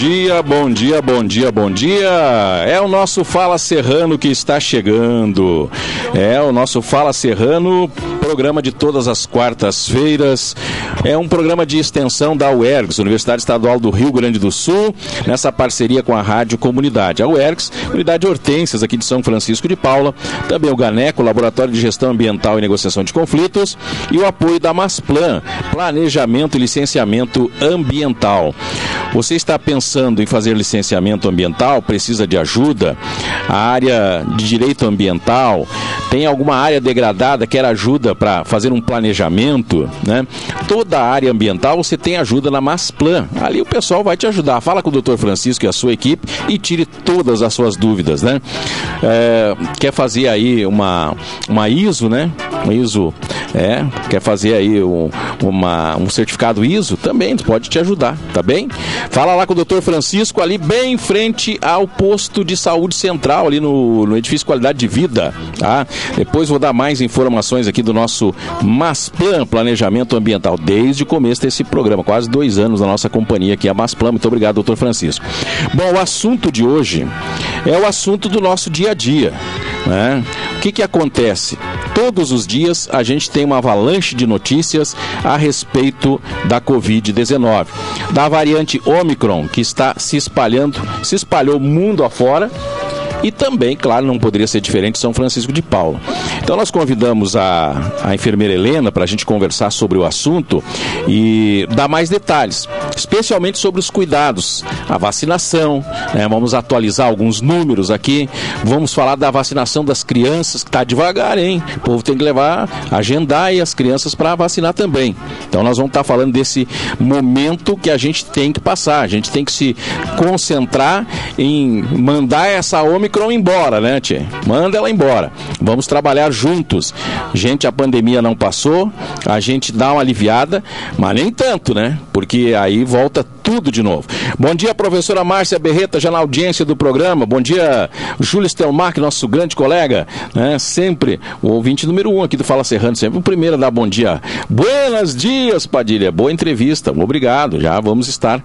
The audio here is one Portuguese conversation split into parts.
dia, bom dia, bom dia, bom dia. É o nosso Fala Serrano que está chegando. É o nosso Fala Serrano, programa de todas as quartas-feiras. É um programa de extensão da UERGS, Universidade Estadual do Rio Grande do Sul, nessa parceria com a Rádio Comunidade. A UERGS, Unidade Hortências, aqui de São Francisco de Paula, também o GANECO, Laboratório de Gestão Ambiental e Negociação de Conflitos, e o apoio da Masplan, Planejamento e Licenciamento Ambiental. Você está pensando em fazer licenciamento ambiental, precisa de ajuda? A área de direito ambiental, tem alguma área degradada, quer ajuda para fazer um planejamento, né? Toda a área ambiental você tem ajuda na Masplan. Ali o pessoal vai te ajudar. Fala com o Dr. Francisco e a sua equipe e tire todas as suas dúvidas, né? Quer fazer aí uma ISO, né? Uma ISO, quer fazer aí um certificado ISO? Também pode te ajudar, tá bem? Fala lá com o Dr. Francisco, ali bem em frente ao posto de saúde central, ali no edifício Qualidade de Vida, tá? Depois vou dar mais informações aqui do nosso Masplan, Planejamento Ambiental, desde o começo desse programa, quase 2 anos na nossa companhia aqui, a Masplan. Muito obrigado, Dr. Francisco. Bom, o assunto de hoje é o assunto do nosso dia a dia, né? O que acontece? Todos os dias a gente tem uma avalanche de notícias a respeito da Covid-19, da variante Ômicron, que está se espalhou mundo afora. E também, claro, não poderia ser diferente, São Francisco de Paula. Então nós convidamos a enfermeira Helena para a gente conversar sobre o assunto e dar mais detalhes, especialmente sobre os cuidados, a vacinação, né? Vamos atualizar alguns números aqui, vamos falar da vacinação das crianças, que está devagar, hein? O povo tem que agendar aí as crianças para vacinar também. Então nós vamos estar falando desse momento que a gente tem que passar, a gente tem que se concentrar em mandar essa Ômicron embora, né, tia? Manda ela embora. Vamos trabalhar juntos. Gente, a pandemia não passou, a gente dá uma aliviada, mas nem tanto, né? Porque aí volta tudo de novo. Bom dia, professora Márcia Berreta, já na audiência do programa. Bom dia, Júlio Stelmach, nosso grande colega, né? Sempre o ouvinte número 1 aqui do Fala Serrano, sempre o primeiro a dar bom dia. Buenos dias, Padilha. Boa entrevista, obrigado. Já vamos estar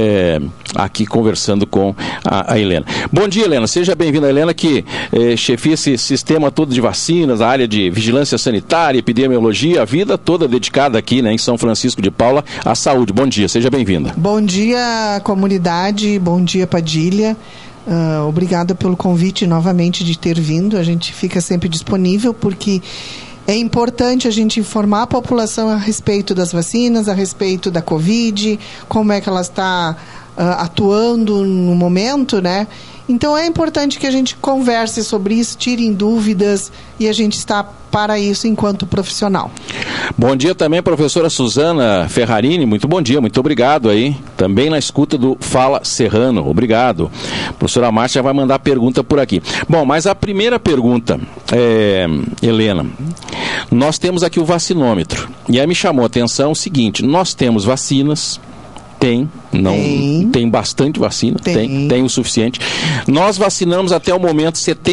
aqui conversando com a Helena. Bom dia, Helena. Seja bem-vinda, Helena, que chefia esse sistema todo de vacinas, a área de vigilância sanitária, epidemiologia, a vida toda dedicada aqui, né, em São Francisco de Paula, à saúde. Bom dia, seja bem-vinda. Bom dia, comunidade, bom dia, Padilha. Obrigada pelo convite novamente de ter vindo. A gente fica sempre disponível porque é importante a gente informar a população a respeito das vacinas, a respeito da Covid, como é que ela está atuando no momento, né? Então é importante que a gente converse sobre isso, tirem dúvidas e a gente está para isso enquanto profissional. Bom dia também, professora Suzana Ferrarini, muito bom dia, muito obrigado aí, também na escuta do Fala Serrano, obrigado. A professora Márcia vai mandar pergunta por aqui. Bom, mas a primeira pergunta, Helena, nós temos aqui o vacinômetro, e aí me chamou a atenção o seguinte, nós temos vacinas, tem bastante vacina, tem o suficiente. Nós vacinamos até o momento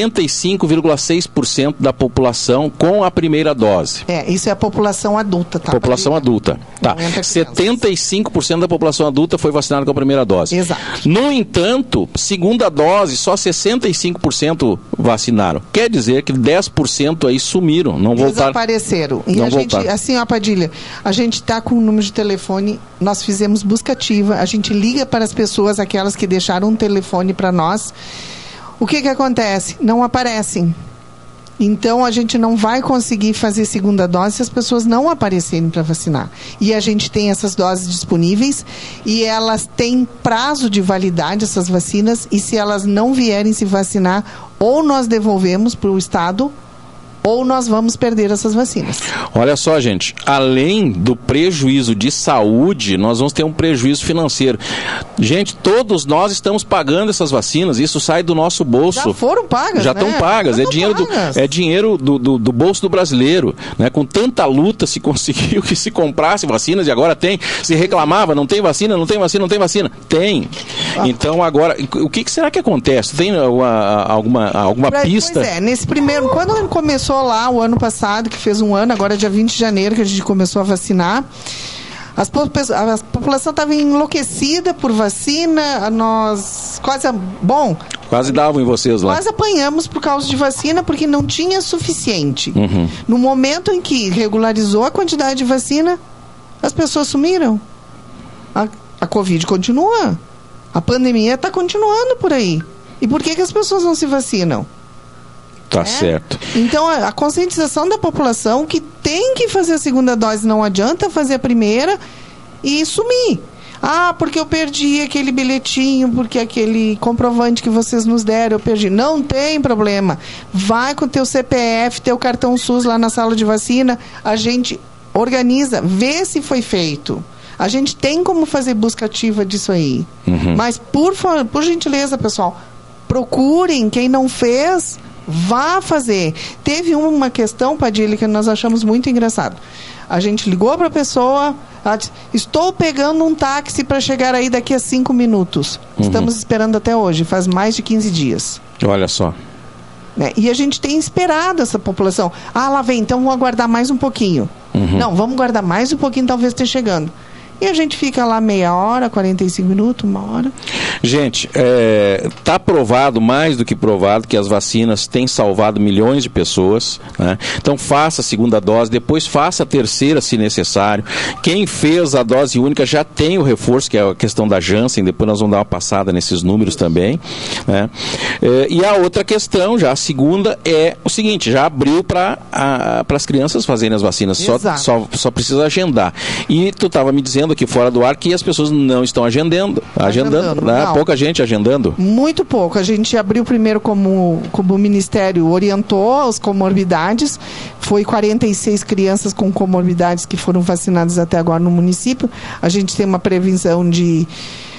75,6% da população com a primeira dose. Isso é a população adulta, tá? População adulta, tá. 75% da população adulta foi vacinada com a primeira dose. Exato. No entanto, segunda dose, só 65% vacinaram. Quer dizer que 10% aí sumiram, não voltaram. Desapareceram. E não a gente, assim, ó, Padilha, a gente está com o número de telefone, nós fizemos busca ativa, a gente liga para as pessoas, aquelas que deixaram um telefone para nós. O que acontece? Não aparecem. Então, a gente não vai conseguir fazer segunda dose se as pessoas não aparecerem para vacinar. E a gente tem essas doses disponíveis e elas têm prazo de validade, essas vacinas, e se elas não vierem se vacinar, ou nós devolvemos para o Estado, ou nós vamos perder essas vacinas. Olha só, gente, além do prejuízo de saúde, nós vamos ter um prejuízo financeiro. Gente, todos nós estamos pagando essas vacinas, isso sai do nosso bolso. Já foram pagas, já estão pagas, é dinheiro do bolso do brasileiro, né? Com tanta luta se conseguiu que se comprasse vacinas e agora tem, se reclamava, não tem vacina. Tem. Então agora, o que será que acontece? Tem alguma pista? Pois nesse primeiro, quando começou lá o ano passado, que fez um ano, agora é dia 20 de janeiro que a gente começou a vacinar, A população estava enlouquecida por vacina, nós quase davam em vocês lá. Nós apanhamos por causa de vacina porque não tinha suficiente. No momento em que regularizou a quantidade de vacina, as pessoas sumiram. A Covid continua. A pandemia está continuando por aí. E por que as pessoas não se vacinam? Tá certo. Então, a conscientização da população que tem que fazer a segunda dose, não adianta fazer a primeira e sumir. Porque eu perdi aquele bilhetinho, porque aquele comprovante que vocês nos deram, eu perdi. Não tem problema. Vai com o teu CPF, teu cartão SUS lá na sala de vacina, a gente organiza, vê se foi feito. A gente tem como fazer busca ativa disso aí. Mas, por gentileza, pessoal, procurem quem não fez, vá fazer. Teve uma questão, Padilha, que nós achamos muito engraçado. A gente ligou para a pessoa, ela disse, estou pegando um táxi para chegar aí daqui a 5 minutos. Estamos esperando até hoje, faz mais de 15 dias. Olha só. E a gente tem esperado essa população. Lá vem, então vamos aguardar mais um pouquinho. Não, vamos aguardar mais um pouquinho, talvez esteja chegando. E a gente fica lá meia hora, 45 minutos, 1 hora. Gente, está provado, mais do que provado, que as vacinas têm salvado milhões de pessoas, né? Então faça a segunda dose, depois faça a terceira se necessário. Quem fez a dose única já tem o reforço, que é a questão da Janssen, depois nós vamos dar uma passada nesses números também, né? E a outra questão, já a segunda, é o seguinte, já abriu para as crianças fazerem as vacinas, só precisa agendar. E tu estava me dizendo aqui fora do ar que as pessoas não estão agendando, né? Pouca gente agendando. Muito pouco. A gente abriu primeiro como o Ministério orientou as comorbidades. Foi 46 crianças com comorbidades que foram vacinadas até agora no município. A gente tem uma previsão de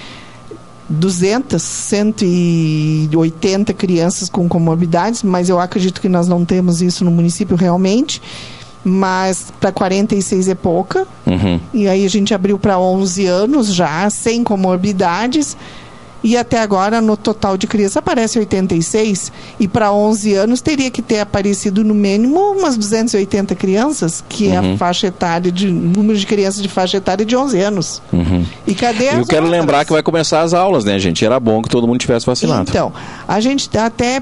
180 crianças com comorbidades, mas eu acredito que nós não temos isso no município realmente. Mas para 46 é pouca. E aí a gente abriu para 11 anos já, sem comorbidades. E até agora, no total de crianças, aparece 86. E para 11 anos teria que ter aparecido no mínimo umas 280 crianças, que é a faixa etária, número de crianças de faixa etária de 11 anos. E cadê as Eu quero outras? lembrar que vai começar as aulas, né, gente? Era bom que todo mundo tivesse vacinado. Então, a gente até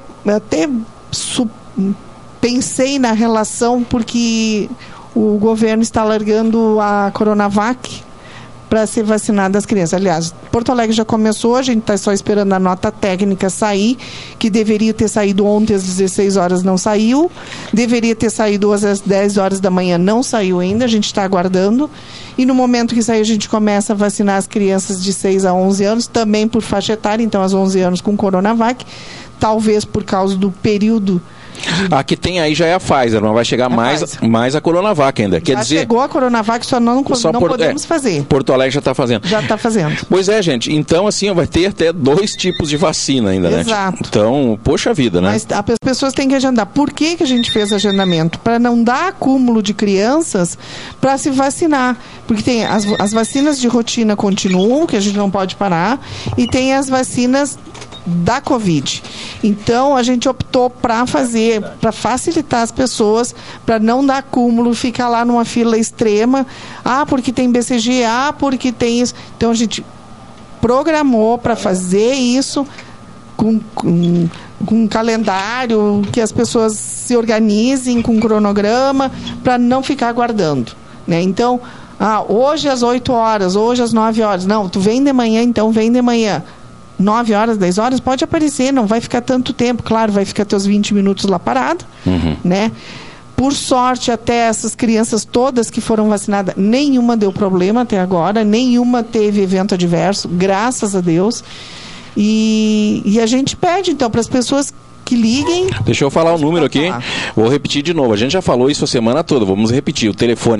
pensei na relação, porque o governo está largando a Coronavac para ser vacinada as crianças. Aliás, Porto Alegre já começou, a gente está só esperando a nota técnica sair, que deveria ter saído ontem às 16 horas, não saiu. Deveria ter saído hoje às 10 horas da manhã, não saiu ainda, a gente está aguardando. E no momento que sair, a gente começa a vacinar as crianças de 6 a 11 anos, também por faixa etária, então às 11 anos com Coronavac, talvez por causa do período. A que tem aí já é a Pfizer, não vai chegar mais a Coronavac ainda. Quer dizer, chegou a Coronavac, só não podemos fazer. Porto Alegre já está fazendo. Já está fazendo. Pois é, gente. Então, assim, vai ter até 2 tipos de vacina ainda, né? Exato. Então, poxa vida, né? Mas as pessoas têm que agendar. Por que a gente fez agendamento? Para não dar acúmulo de crianças para se vacinar. Porque tem as vacinas de rotina continuam, que a gente não pode parar, e tem as vacinas da Covid. Então, a gente optou para facilitar as pessoas, para não dar acúmulo, ficar lá numa fila extrema. Porque tem BCG, porque tem isso. Então, a gente programou para fazer isso com um calendário, que as pessoas se organizem com um cronograma, para não ficar aguardando, né? Então, hoje às 8 horas, hoje às 9 horas. Não, tu vem de manhã, então vem de manhã. 9 horas, 10 horas, pode aparecer, não vai ficar tanto tempo, claro, vai ficar teus 20 minutos lá parado, né? Por sorte, até essas crianças todas que foram vacinadas, nenhuma deu problema até agora, nenhuma teve evento adverso, graças a Deus. E a gente pede, então, para as pessoas que liguem. Deixa eu falar o número aqui. Vou repetir de novo. A gente já falou isso a semana toda. Vamos repetir. O telefone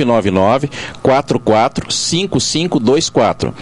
999-445524.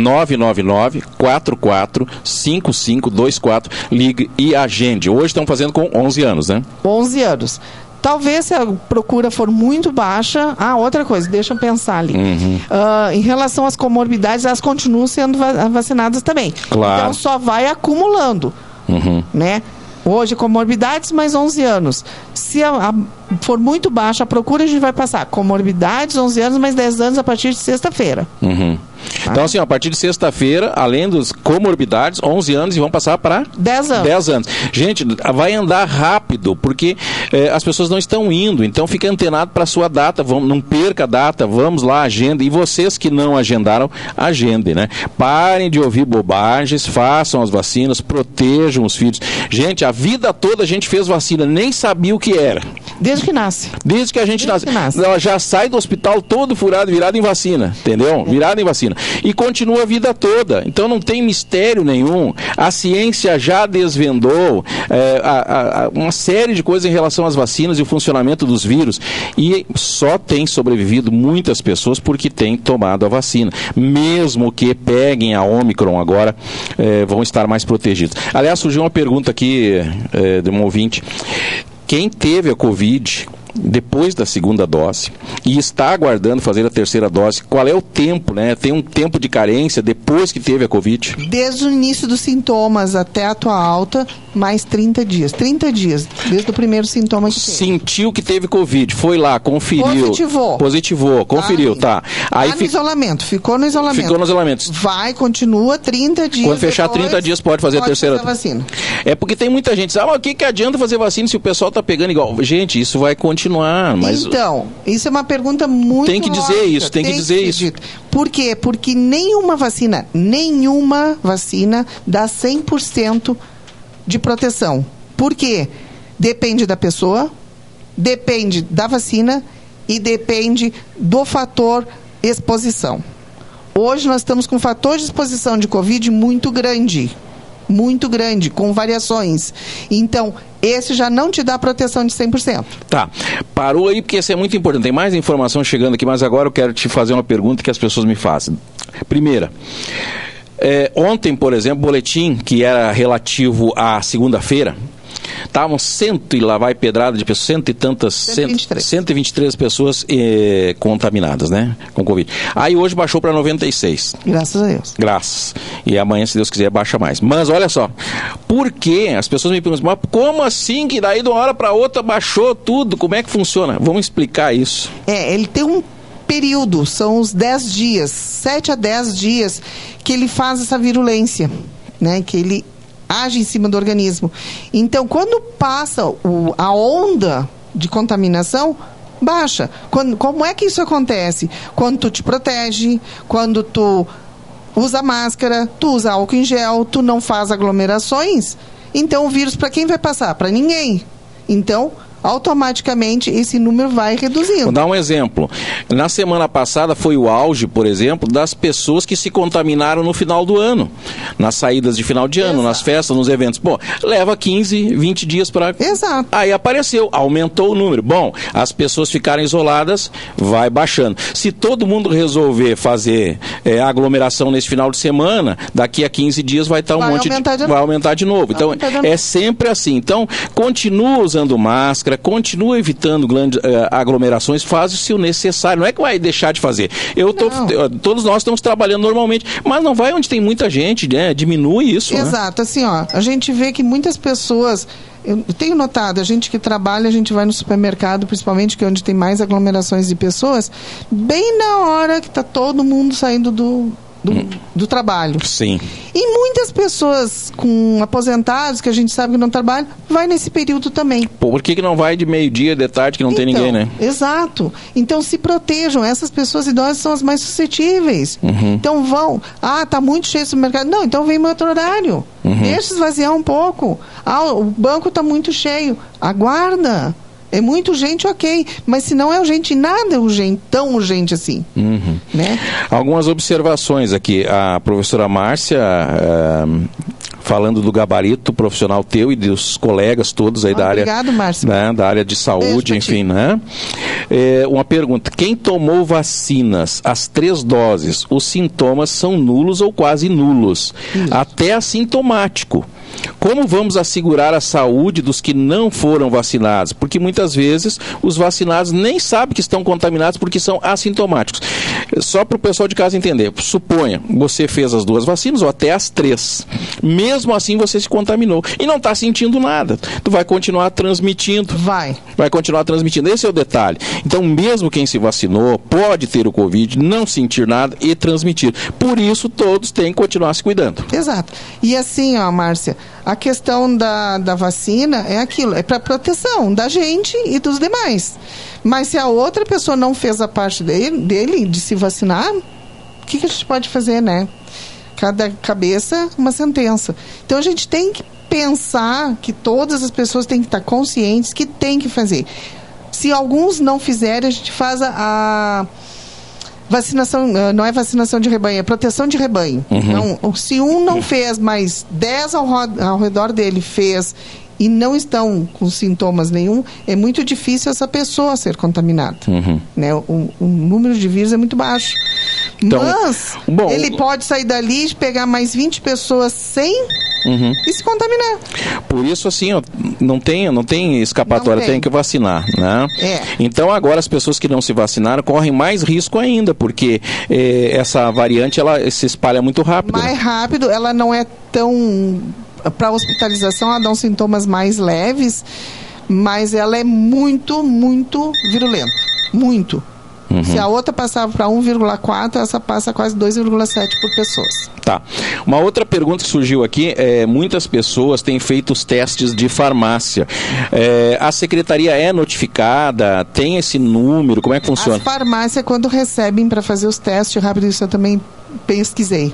999-445524. Ligue e agende. Hoje estão fazendo com 11 anos, né? 11 anos. Talvez, se a procura for muito baixa... outra coisa, deixa eu pensar ali. Em relação às comorbidades, elas continuam sendo vacinadas também. Claro. Então, só vai acumulando, né? Hoje, comorbidades, mais 11 anos. Se for muito baixa a procura, a gente vai passar comorbidades, 11 anos, mais 10 anos a partir de sexta-feira. Então, assim, a partir de sexta-feira, além dos comorbidades, 11 anos e vão passar para 10 anos. 10 anos. Gente, vai andar rápido, porque as pessoas não estão indo. Então, fique antenado para a sua data. Não perca a data, vamos lá, agenda. E vocês que não agendaram, agendem, né? Parem de ouvir bobagens, façam as vacinas, protejam os filhos. Gente, a vida toda a gente fez vacina, nem sabia o que era. Desde que nasce. Desde que a gente nasce. Ela já sai do hospital todo furado, virado em vacina, entendeu? Virado em vacina. E continua a vida toda. Então não tem mistério nenhum. A ciência já desvendou uma série de coisas em relação às vacinas e o funcionamento dos vírus. E só tem sobrevivido muitas pessoas porque têm tomado a vacina. Mesmo que peguem a Ômicron agora, vão estar mais protegidos. Aliás, surgiu uma pergunta aqui de um ouvinte. Quem teve a Covid depois da segunda dose e está aguardando fazer a terceira dose, qual é o tempo, né? Tem um tempo de carência depois que teve a Covid? Desde o início dos sintomas até a tua alta, mais 30 dias. 30 dias, desde o primeiro sintoma que teve. Sentiu que teve Covid, foi lá, conferiu. Positivou, conferiu, tá. Aí no isolamento, ficou no isolamento. Ficou no isolamento. Vai, continua 30 dias. Quando fechar 30 dias pode fazer a terceira vacina. É porque tem muita gente, sabe, o que adianta fazer vacina se o pessoal tá pegando igual? Gente, isso vai continuar, mas... Então, isso é uma pergunta muito Tem que dizer lógica. Isso, tem que dizer isso. Dito. Por quê? Porque nenhuma vacina dá 100% de proteção. Por quê? Depende da pessoa, depende da vacina e depende do fator exposição. Hoje nós estamos com um fator de exposição de Covid muito grande, com variações. Então, esse já não te dá proteção de 100%. Tá, parou aí porque isso é muito importante. Tem mais informação chegando aqui, mas agora eu quero te fazer uma pergunta que as pessoas me fazem. Primeira, ontem, por exemplo, boletim que era relativo à segunda-feira, estavam 100 e lá vai pedrada de pessoas, 123 pessoas contaminadas, né, com Covid. Aí hoje baixou para 96. Graças a Deus. Graças. E amanhã, se Deus quiser, baixa mais. Mas olha só, por que as pessoas me perguntam, mas como assim que daí de uma hora para outra baixou tudo? Como é que funciona? Vamos explicar isso. Ele tem um período, são os 10 dias, 7 a 10 dias que ele faz essa virulência, né, que ele age em cima do organismo. Então, quando passa a onda de contaminação, baixa. Como é que isso acontece? Quando tu te protege, quando tu usa máscara, tu usa álcool em gel, tu não faz aglomerações, então o vírus para quem vai passar? Para ninguém. Então, automaticamente esse número vai reduzindo. Vou dar um exemplo. Na semana passada foi o auge, por exemplo, das pessoas que se contaminaram no final do ano, nas saídas de final de ano, Exato. Nas festas, nos eventos. Bom, leva 15, 20 dias para... Exato. Aí apareceu, aumentou o número. Bom, as pessoas ficarem isoladas, vai baixando. Se todo mundo resolver fazer aglomeração nesse final de semana, daqui a 15 dias vai estar vai aumentar de novo. Então, é sempre assim. Então, continua usando máscara, continua evitando grandes aglomerações, faz o seu necessário, não é que vai deixar de fazer. Todos nós estamos trabalhando normalmente, mas não vai onde tem muita gente, né? Diminui isso. Exato, né? Assim, a gente vê que muitas pessoas, eu tenho notado, a gente que trabalha, a gente vai no supermercado, principalmente que é onde tem mais aglomerações de pessoas, bem na hora que está todo mundo saindo do trabalho. Sim. E muitas pessoas com aposentados, que a gente sabe que não trabalham, vai nesse período também. Por que não vai de meio-dia, de tarde, que não tem ninguém, né? Exato. Então se protejam. Essas pessoas idosas são as mais suscetíveis. Então vão. Tá muito cheio esse mercado. Não, então vem no outro horário. Deixa esvaziar um pouco. O banco está muito cheio. Aguarda. É muito urgente, ok. Mas se não é urgente, nada é urgente, tão urgente assim. Né? Algumas observações aqui. A professora Márcia, falando do gabarito profissional teu e dos colegas todos aí da área... Obrigado, Márcia. Né, da área de saúde, enfim, né? Uma pergunta. Quem tomou vacinas, as 3 doses, os sintomas são nulos ou quase nulos? Isso. Até assintomático. Como vamos assegurar a saúde dos que não foram vacinados? Porque muitas vezes os vacinados nem sabem que estão contaminados porque são assintomáticos. Só para o pessoal de casa entender, suponha, você fez as 2 vacinas ou até as 3. Mesmo assim você se contaminou e não está sentindo nada. Tu vai continuar transmitindo. Vai continuar transmitindo. Esse é o detalhe. Então, mesmo quem se vacinou pode ter o Covid, não sentir nada e transmitir. Por isso, todos têm que continuar se cuidando. Exato. E assim, ó, Márcia, a questão da vacina é aquilo, é para proteção da gente e dos demais. Mas se a outra pessoa não fez a parte dele de se vacinar, o que a gente pode fazer, né? Cada cabeça, uma sentença. Então, a gente tem que pensar que todas as pessoas têm que estar conscientes que tem que fazer. Se alguns não fizerem, a gente faz a vacinação, não é vacinação de rebanho, é proteção de rebanho. Então, se um não fez, mas 10 ao redor dele fez e não estão com sintomas nenhum, é muito difícil essa pessoa ser contaminada. Né? O número de vírus é muito baixo. Então, mas ele pode sair dali e pegar mais 20 pessoas sem e se contaminar. Por isso, assim, ó, não tem escapatória, tem que vacinar, né? Então, agora as pessoas que não se vacinaram correm mais risco ainda, porque essa variante, ela se espalha muito rápido. Mais rápido, ela não é tão... Para hospitalização, ela dá uns sintomas mais leves, mas ela é muito, muito virulenta. Muito. Se a outra passava para 1,4, essa passa quase 2,7 por pessoas. Tá. Uma outra pergunta que surgiu aqui muitas pessoas têm feito os testes de farmácia. A secretaria é notificada? Tem esse número? Como é que funciona? As farmácias, quando recebem para fazer os testes rápidos, isso eu também pesquisei.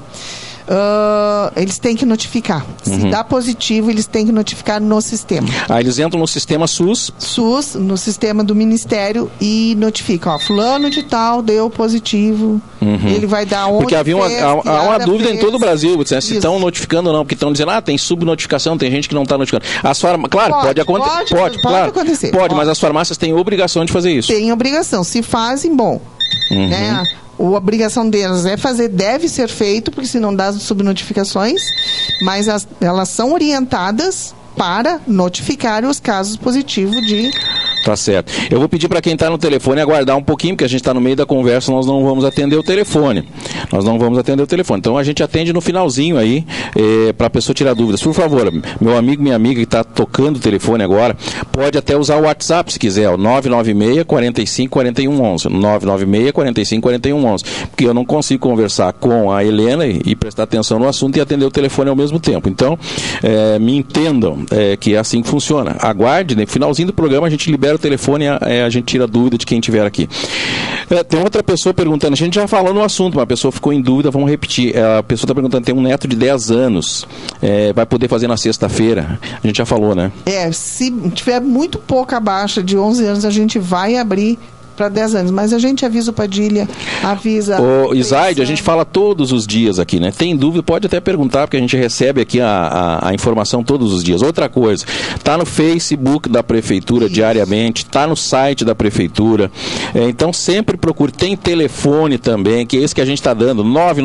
Eles têm que notificar. Se dá positivo, eles têm que notificar no sistema. Eles entram no sistema SUS? SUS, no sistema do Ministério, e notificam. Fulano de tal deu positivo. Ele vai dar onde. Porque havia uma dúvida em todo o Brasil, se estão notificando ou não, porque estão dizendo, tem subnotificação, tem gente que não está notificando. Claro, pode acontecer. Pode, mas as farmácias têm obrigação de fazer isso. Tem obrigação. Se fazem, bom. Né? A obrigação delas é fazer, deve ser feito, porque senão dá subnotificações, mas elas são orientadas para notificar os casos positivos de... Tá certo. Eu vou pedir para quem está no telefone aguardar um pouquinho, porque a gente está no meio da conversa, nós não vamos atender o telefone. Então a gente atende no finalzinho aí, para a pessoa tirar dúvidas. Por favor, meu amigo, minha amiga que está tocando o telefone agora, pode até usar o WhatsApp se quiser, o 996-45-4111. 996-45-4111. Porque eu não consigo conversar com a Helena e prestar atenção no assunto e atender o telefone ao mesmo tempo. Então, me entendam que é assim que funciona. Aguarde, no finalzinho do programa a gente libera o telefone, a gente tira a dúvida de quem estiver aqui. Tem outra pessoa perguntando, a gente já falou no assunto, mas a pessoa ficou em dúvida, vamos repetir. A pessoa está perguntando, tem um neto de 10 anos, vai poder fazer na sexta-feira? A gente já falou, né? Se tiver muito pouca baixa de 11 anos, a gente vai abrir para 10 anos, mas a gente avisa o Padilha, avisa... Isaide, a gente fala todos os dias aqui, né? Tem dúvida, pode até perguntar, porque a gente recebe aqui a informação todos os dias. Outra coisa, tá no Facebook da Prefeitura diariamente, tá no site da Prefeitura, então sempre procure, tem telefone também, que é esse que a gente está dando,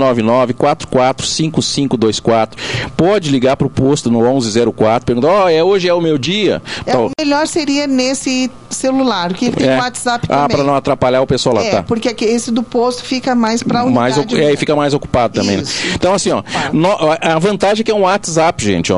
999-445524, pode ligar para o posto no 1104, perguntar, hoje é o meu dia? O melhor seria nesse celular, que tem WhatsApp também. Para não atrapalhar o pessoal lá, tá? Porque esse do posto fica mais para unidade. E fica mais ocupado também, né? Então, assim, a vantagem é que é um WhatsApp, gente,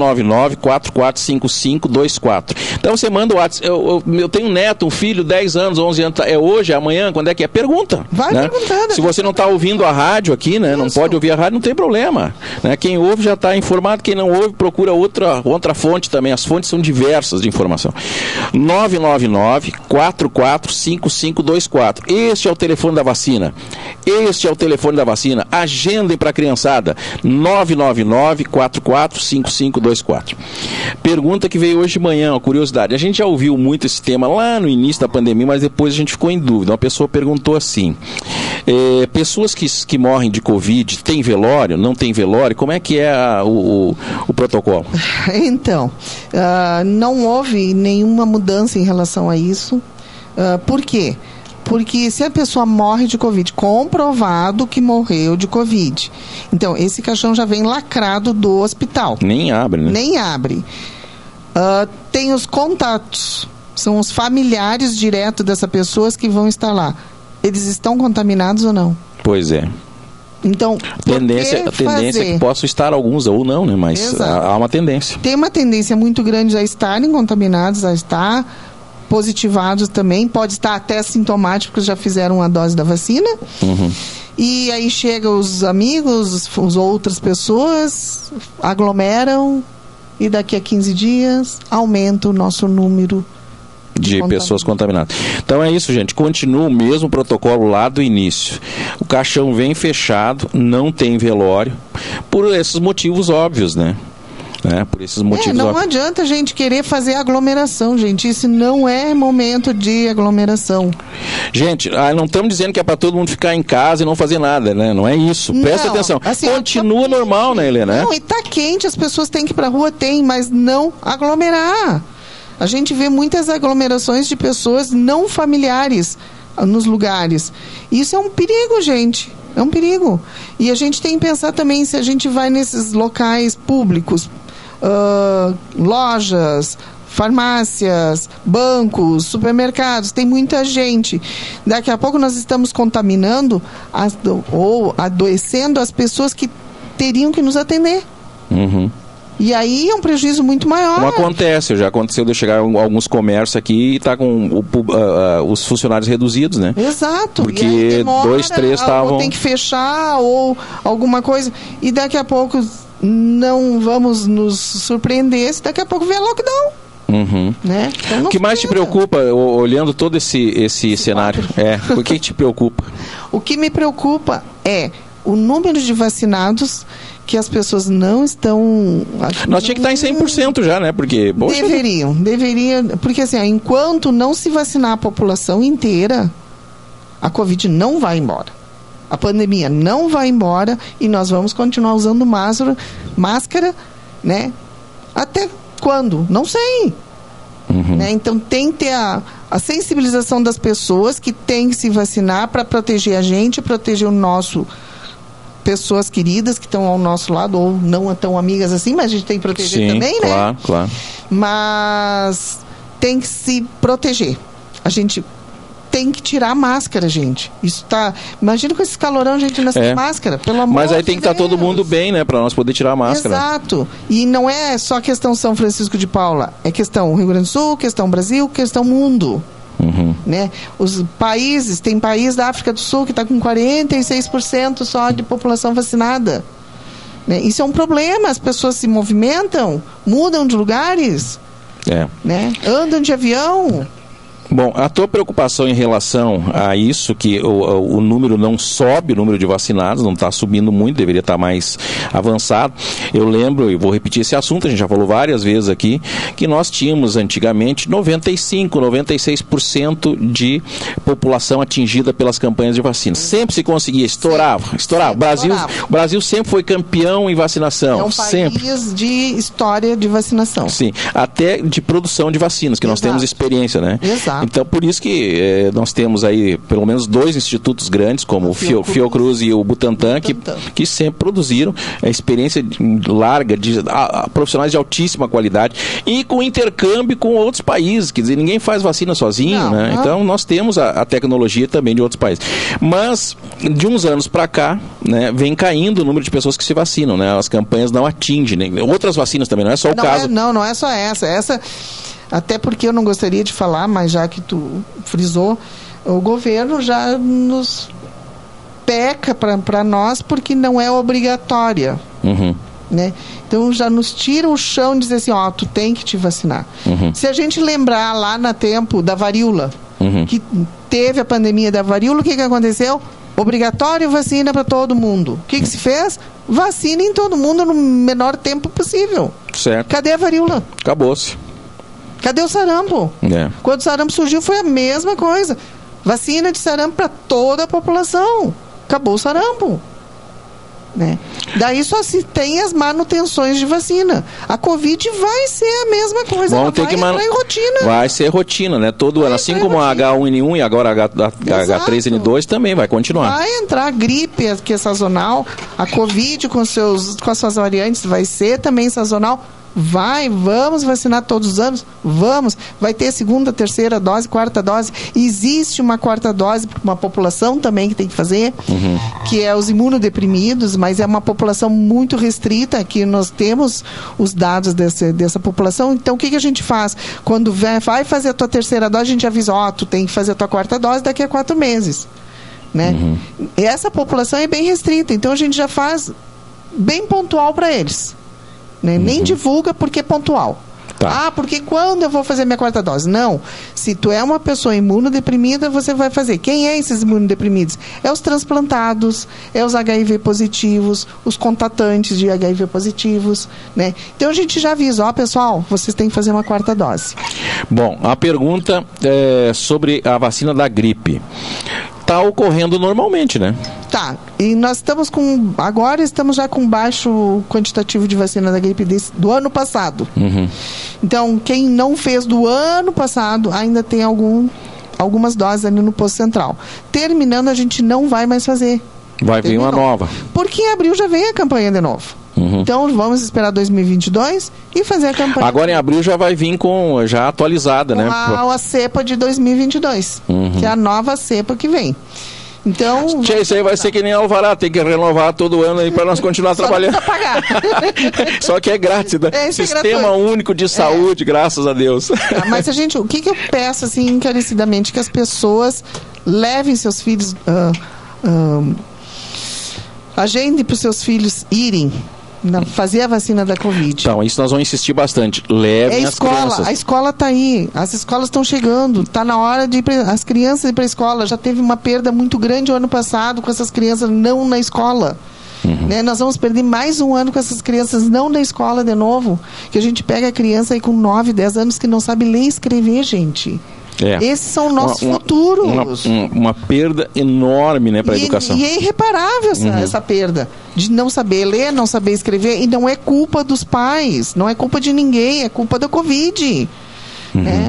999-445524. Então, você manda o WhatsApp. Eu tenho um neto, um filho, 10 anos, 11 anos, hoje, amanhã, quando é que é? Pergunta. Vai perguntando. Se você não está ouvindo a rádio aqui, né? Não pode ouvir a rádio, não tem problema. Né? Quem ouve já está informado, quem não ouve, procura outra fonte também. As fontes são diversas de informação. 999-445524. Este é o telefone da vacina. Agendem para a criançada. 999-445524. Pergunta que veio hoje de manhã, uma curiosidade. A gente já ouviu muito esse tema lá no início da pandemia, mas depois a gente ficou em dúvida. Uma pessoa perguntou assim: pessoas que morrem de Covid, tem velório? Não tem velório? Como é que é o protocolo? Então, não houve nenhuma mudança em relação a isso. Por quê? Porque se a pessoa morre de Covid, comprovado que morreu de Covid, então esse caixão já vem lacrado do hospital. Nem abre, né? Nem abre. Tem os contatos, são os familiares diretos dessa pessoa que vão estar lá. eles estão contaminados ou não? Pois é. Então, a tendência é que possam estar alguns ou não, né? Mas há uma tendência. Tem uma tendência muito grande a estarem contaminados, a estar positivados também. Pode estar até sintomáticos, porque já fizeram uma dose da vacina. Uhum. E aí chegam os amigos, as outras pessoas, aglomeram e daqui a 15 dias aumenta o nosso número de pessoas contaminadas. Então é isso, gente. Continua o mesmo protocolo lá do início. O caixão vem fechado, não tem velório, por esses motivos óbvios, né? Por esses motivos não óbvios. adianta a gente querer fazer aglomeração, gente. Isso não é momento de aglomeração. Gente, não estamos dizendo que é para todo mundo ficar em casa e não fazer nada, né? Não é isso. Presta atenção. Assim, continua normal, né, Helena? Não, e tá quente, as pessoas têm que ir para a rua, mas não aglomerar. A gente vê muitas aglomerações de pessoas não familiares nos lugares. Isso é um perigo, gente. É um perigo. E a gente tem que pensar também, se a gente vai nesses locais públicos, lojas, farmácias, bancos, supermercados, tem muita gente. Daqui a pouco nós estamos contaminando ou adoecendo as pessoas que teriam que nos atender. Uhum. E aí é um prejuízo muito maior. Não acontece, já aconteceu de eu chegar em alguns comércios aqui e tá com os funcionários reduzidos, né? Exato. Porque demora, 2, 3 estavam... Ou tem que fechar, ou alguma coisa. E daqui a pouco não vamos nos surpreender se daqui a pouco vier lockdown. Uhum. Né? Então, o que mais te preocupa, olhando todo esse cenário? O que te preocupa? O que me preocupa é o número de vacinados que as pessoas não estão... Nós tinha que estar em 100% já, né? Porque... Deveriam. Porque assim, enquanto não se vacinar a população inteira, a Covid não vai embora. A pandemia não vai embora e nós vamos continuar usando máscara, né? Até quando? Não sei. Uhum. Né? Então tem que ter a sensibilização das pessoas que tem que se vacinar para proteger a gente, proteger o nosso... pessoas queridas que estão ao nosso lado, ou não tão amigas assim, mas a gente tem que proteger também, né? Claro. Mas tem que se proteger. A gente tem que tirar a máscara, gente. Isso tá... Imagina com esse calorão, a gente não sem máscara, pelo amor de Deus. Mas aí tem que estar todo mundo bem, né? Para nós poder tirar a máscara. Exato. E não é só questão São Francisco de Paula. É questão Rio Grande do Sul, questão Brasil, questão mundo. Uhum. Né? Os países, tem país da África do Sul que está com 46% só de população vacinada. Né? Isso é um problema, as pessoas se movimentam, mudam de lugares, né? Andam de avião. Bom, a tua preocupação em relação a isso, que o número não sobe, o número de vacinados não está subindo muito, deveria estar mais avançado. Eu lembro, e vou repetir esse assunto, a gente já falou várias vezes aqui, que nós tínhamos antigamente 95, 96% de população atingida pelas campanhas de vacina. Sempre se conseguia, estourava. O Brasil sempre foi campeão em vacinação. É um país de história de vacinação. Sim, até de produção de vacinas, que nós temos experiência, né? Exato. Então, por isso que nós temos aí pelo menos 2 institutos grandes, como o Fiocruz e o Butantan, que sempre produziram experiência larga, de profissionais de altíssima qualidade e com intercâmbio com outros países. Quer dizer, ninguém faz vacina sozinho, né? Então, nós temos a tecnologia também de outros países. Mas, de uns anos para cá, né, vem caindo o número de pessoas que se vacinam, né? As campanhas não atingem, né? Outras vacinas também, não é só o caso. Não é só essa. Até porque eu não gostaria de falar, mas já que tu frisou, o governo já nos peca para nós porque não é obrigatória. Uhum. Né? Então já nos tira o chão e dizer assim, tu tem que te vacinar. Uhum. Se a gente lembrar lá no tempo da varíola, que teve a pandemia da varíola, o que aconteceu? Obrigatório vacina para todo mundo. O que se fez? Vacina em todo mundo no menor tempo possível. Certo. Cadê a varíola? Acabou-se. Cadê o sarampo? Quando o sarampo surgiu foi a mesma coisa. Vacina de sarampo para toda a população. Acabou o sarampo. Né? Daí só se tem as manutenções de vacina. A Covid vai ser a mesma coisa. Ela vai entrar em rotina. Vai ser rotina, né? Todo ano, assim como a H1N1 e agora a H3N2 também vai continuar. Vai entrar a gripe, que é sazonal. A Covid com as suas variantes vai ser também sazonal. Vamos vacinar todos os anos? Vamos. Vai ter segunda, terceira dose, quarta dose. Existe uma quarta dose para uma população também que tem que fazer, que é os imunodeprimidos, mas é uma população muito restrita. Aqui nós temos os dados dessa população. Então, o que a gente faz? Quando vai fazer a tua terceira dose, a gente avisa, tu tem que fazer a tua quarta dose daqui a 4 meses. Né? Essa população é bem restrita, então a gente já faz bem pontual para eles. Né? Nem divulga porque é pontual. Tá. Porque quando eu vou fazer minha quarta dose? Não. Se tu é uma pessoa imunodeprimida, você vai fazer. Quem é esses imunodeprimidos? É os transplantados, é os HIV positivos, os contatantes de HIV positivos, né? Então a gente já avisa, pessoal, vocês têm que fazer uma quarta dose. Bom, a pergunta é sobre a vacina da gripe. Está ocorrendo normalmente, né? Tá, e nós estamos já com baixo quantitativo de vacina da gripe do ano passado. Então, quem não fez do ano passado, ainda tem algumas doses ali no posto central. Terminando, a gente não vai mais fazer. Vai vir uma nova. Porque em abril já vem a campanha de novo. Então, vamos esperar 2022 e fazer a campanha. Agora em abril já vai vir já atualizada, né? A cepa de 2022, que é a nova cepa que vem. Então... isso aí vai ser que nem Alvará, tem que renovar todo ano aí para nós continuar trabalhando. Só pagar. Só que é grátis, né? Sistema único de saúde, graças a Deus. Mas o que eu peço, assim, encarecidamente, que as pessoas levem seus filhos... agende para os seus filhos irem fazer a vacina da Covid. Então, isso nós vamos insistir bastante. Levem as crianças. A escola está aí, as escolas estão chegando, está na hora de as crianças ir para a escola. Já teve uma perda muito grande o ano passado com essas crianças não na escola. Né? Nós vamos perder mais um ano com essas crianças não na escola de novo, que a gente pega a criança aí com 9, 10 anos que não sabe ler e escrever, gente. Esses são nossos futuros. Uma perda enorme, né, para a educação. E é irreparável essa perda de não saber ler, não saber escrever, e não é culpa dos pais, não é culpa de ninguém, é culpa da Covid. Né?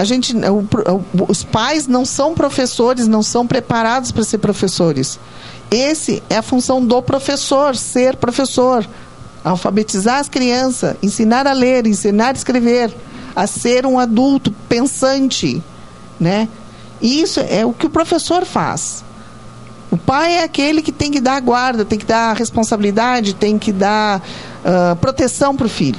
Os pais não são professores, não são preparados para ser professores. Essa é a função do professor, ser professor. Alfabetizar as crianças, ensinar a ler, ensinar a escrever, a ser um adulto pensante. Né? Isso é o que o professor faz. O pai é aquele que tem que dar a guarda, tem que dar responsabilidade, tem que dar proteção para o filho.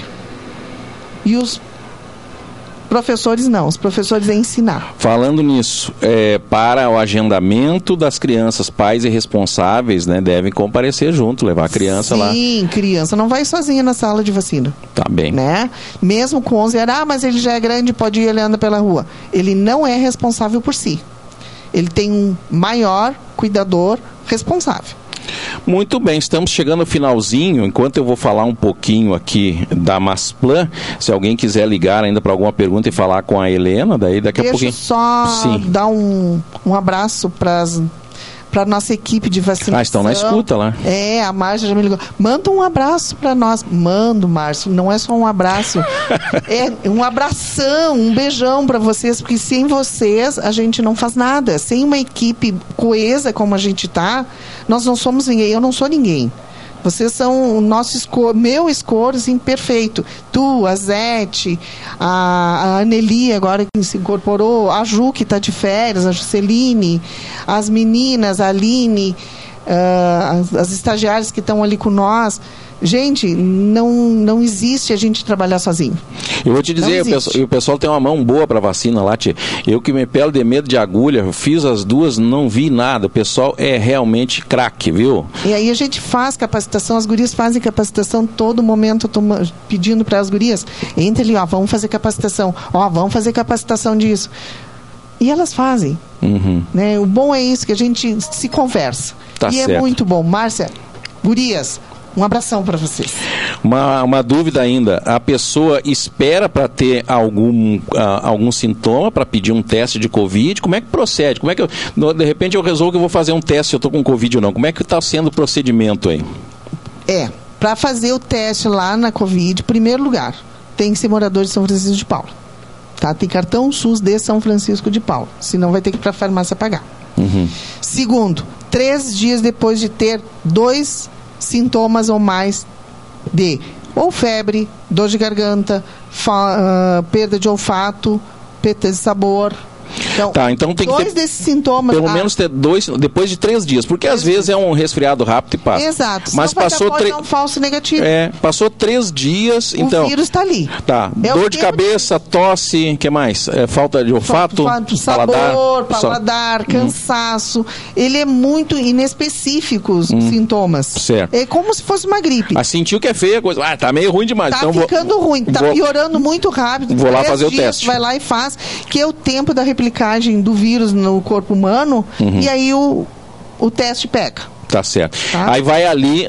E os professores não, os professores é ensinar. Falando nisso, para o agendamento das crianças, pais e responsáveis, né, devem comparecer junto, levar a criança lá. Sim, criança não vai sozinha na sala de vacina. Tá bem. Né? Mesmo com 11 anos, mas ele já é grande, pode ir, ele anda pela rua. Ele não é responsável por si. Ele tem um maior cuidador responsável. Muito bem, estamos chegando ao finalzinho. Enquanto eu vou falar um pouquinho aqui da Masplan, se alguém quiser ligar ainda para alguma pergunta e falar com a Helena, daí daqui a pouquinho. Deixa eu só dar um abraço para a nossa equipe de vacinação. Estão na escuta lá. A Márcia já me ligou. Manda um abraço para nós. Mando, Márcio. Não é só um abraço. É um abração, um beijão para vocês, porque sem vocês a gente não faz nada. Sem uma equipe coesa como a gente tá, nós não somos ninguém. Eu não sou ninguém. Vocês são o nosso meu escoro, assim, perfeito. Tu, a Zete, a Aneli, agora que se incorporou, a Ju, que está de férias, a Jusceline, as meninas, a Aline, as estagiárias que estão ali com nós. Gente, não existe a gente trabalhar sozinho. Eu vou te dizer, o pessoal tem uma mão boa para vacina lá, tia. Eu que me pelo de medo de agulha, fiz as duas, não vi nada. O pessoal é realmente craque, viu? E aí a gente faz capacitação, as gurias fazem capacitação todo momento, pedindo para as gurias, entre ali, vamos fazer capacitação, vamos fazer capacitação disso. E elas fazem. Né? O bom é isso, que a gente se conversa. Tá certo. É muito bom. Márcia, gurias, um abração para vocês. Uma dúvida ainda. A pessoa espera para ter algum sintoma para pedir um teste de Covid? Como é que procede? Como é que de repente eu resolvo que eu vou fazer um teste se eu estou com Covid ou não? Como é que está sendo o procedimento aí? Para fazer o teste lá na Covid, em primeiro lugar, tem que ser morador de São Francisco de Paula. Tá? Tem cartão SUS de São Francisco de Paula. Senão vai ter que ir para a farmácia pagar. Segundo, 3 dias depois de ter 2 sintomas ou mais de ou febre, dor de garganta, perda de olfato, perda de sabor. Então tem dois que ter desses sintomas. Pelo menos ter 2 depois de 3 dias, porque às vezes é um resfriado rápido e passa. Exato. Mas passou um falso negativo. Passou 3 dias, então. O vírus está ali. Tá. Dor de cabeça, tosse, que mais? Falta de olfato, paladar, cansaço. Ele é muito inespecífico os sintomas. Certo. É como se fosse uma gripe. Mas sentiu que é feia a coisa. Tá meio ruim demais. Tá então ficando ruim, tá piorando muito rápido. Vou lá fazer o teste. Vai lá e faz, que é o tempo da replicagem do vírus no corpo humano, e aí o teste pega. Tá certo. Tá? Aí vai ali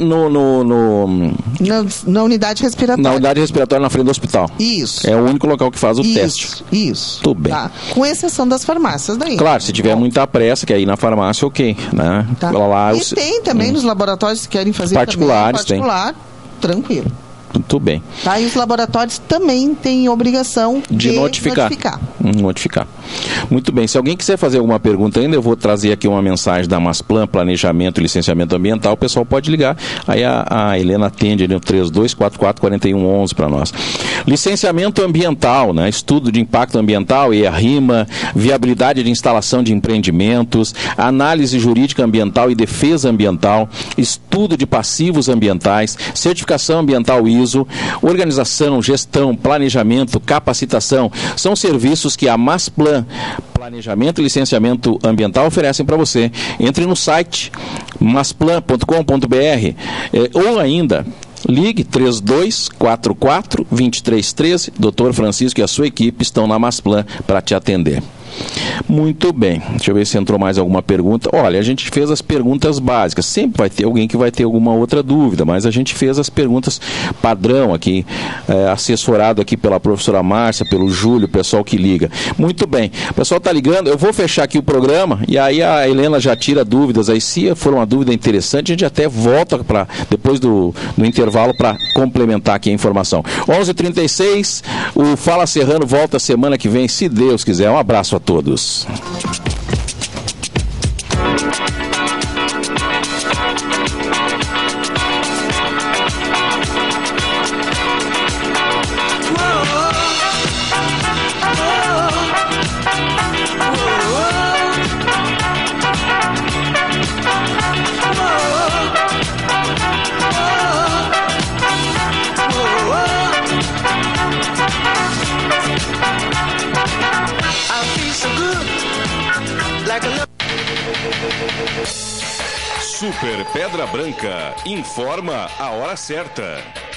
na unidade respiratória. Na unidade respiratória na frente do hospital. Isso. É o único local que faz o teste. Isso. Tudo bem. Tá. Com exceção das farmácias daí. Claro, se tiver muita pressa, que aí na farmácia, ok. Né? Tá. Tem também nos laboratórios que querem fazer particulares, tranquilo. Muito bem. Tá, e os laboratórios também têm obrigação de notificar. Muito bem. Se alguém quiser fazer alguma pergunta ainda, eu vou trazer aqui uma mensagem da Masplan, Planejamento e Licenciamento Ambiental. O pessoal pode ligar. Aí a Helena atende ali no 3244-4111 para nós. Licenciamento ambiental, né? Estudo de impacto ambiental, EIA-RIMA, viabilidade de instalação de empreendimentos, análise jurídica ambiental e defesa ambiental, estudo de passivos ambientais, certificação ambiental ISO, organização, gestão, planejamento, capacitação, são serviços que a Masplan, Planejamento e Licenciamento Ambiental, oferecem para você. Entre no site masplan.com.br ou ainda ligue 3244-2313. Dr. Francisco e a sua equipe estão na Masplan para te atender. Muito bem, deixa eu ver se entrou mais alguma pergunta. Olha, a gente fez as perguntas básicas. Sempre vai ter alguém que vai ter alguma outra dúvida, mas a gente fez as perguntas padrão aqui, assessorado aqui pela professora Márcia, pelo Júlio, o pessoal que liga. Muito bem, o pessoal está ligando, eu vou fechar aqui o programa e aí a Helena já tira dúvidas aí. Se for uma dúvida interessante, a gente até volta depois do intervalo para complementar aqui a informação. 11h36, o Fala Serrano volta semana que vem, se Deus quiser. Um abraço a todos. Super Pedra Branca informa a hora certa.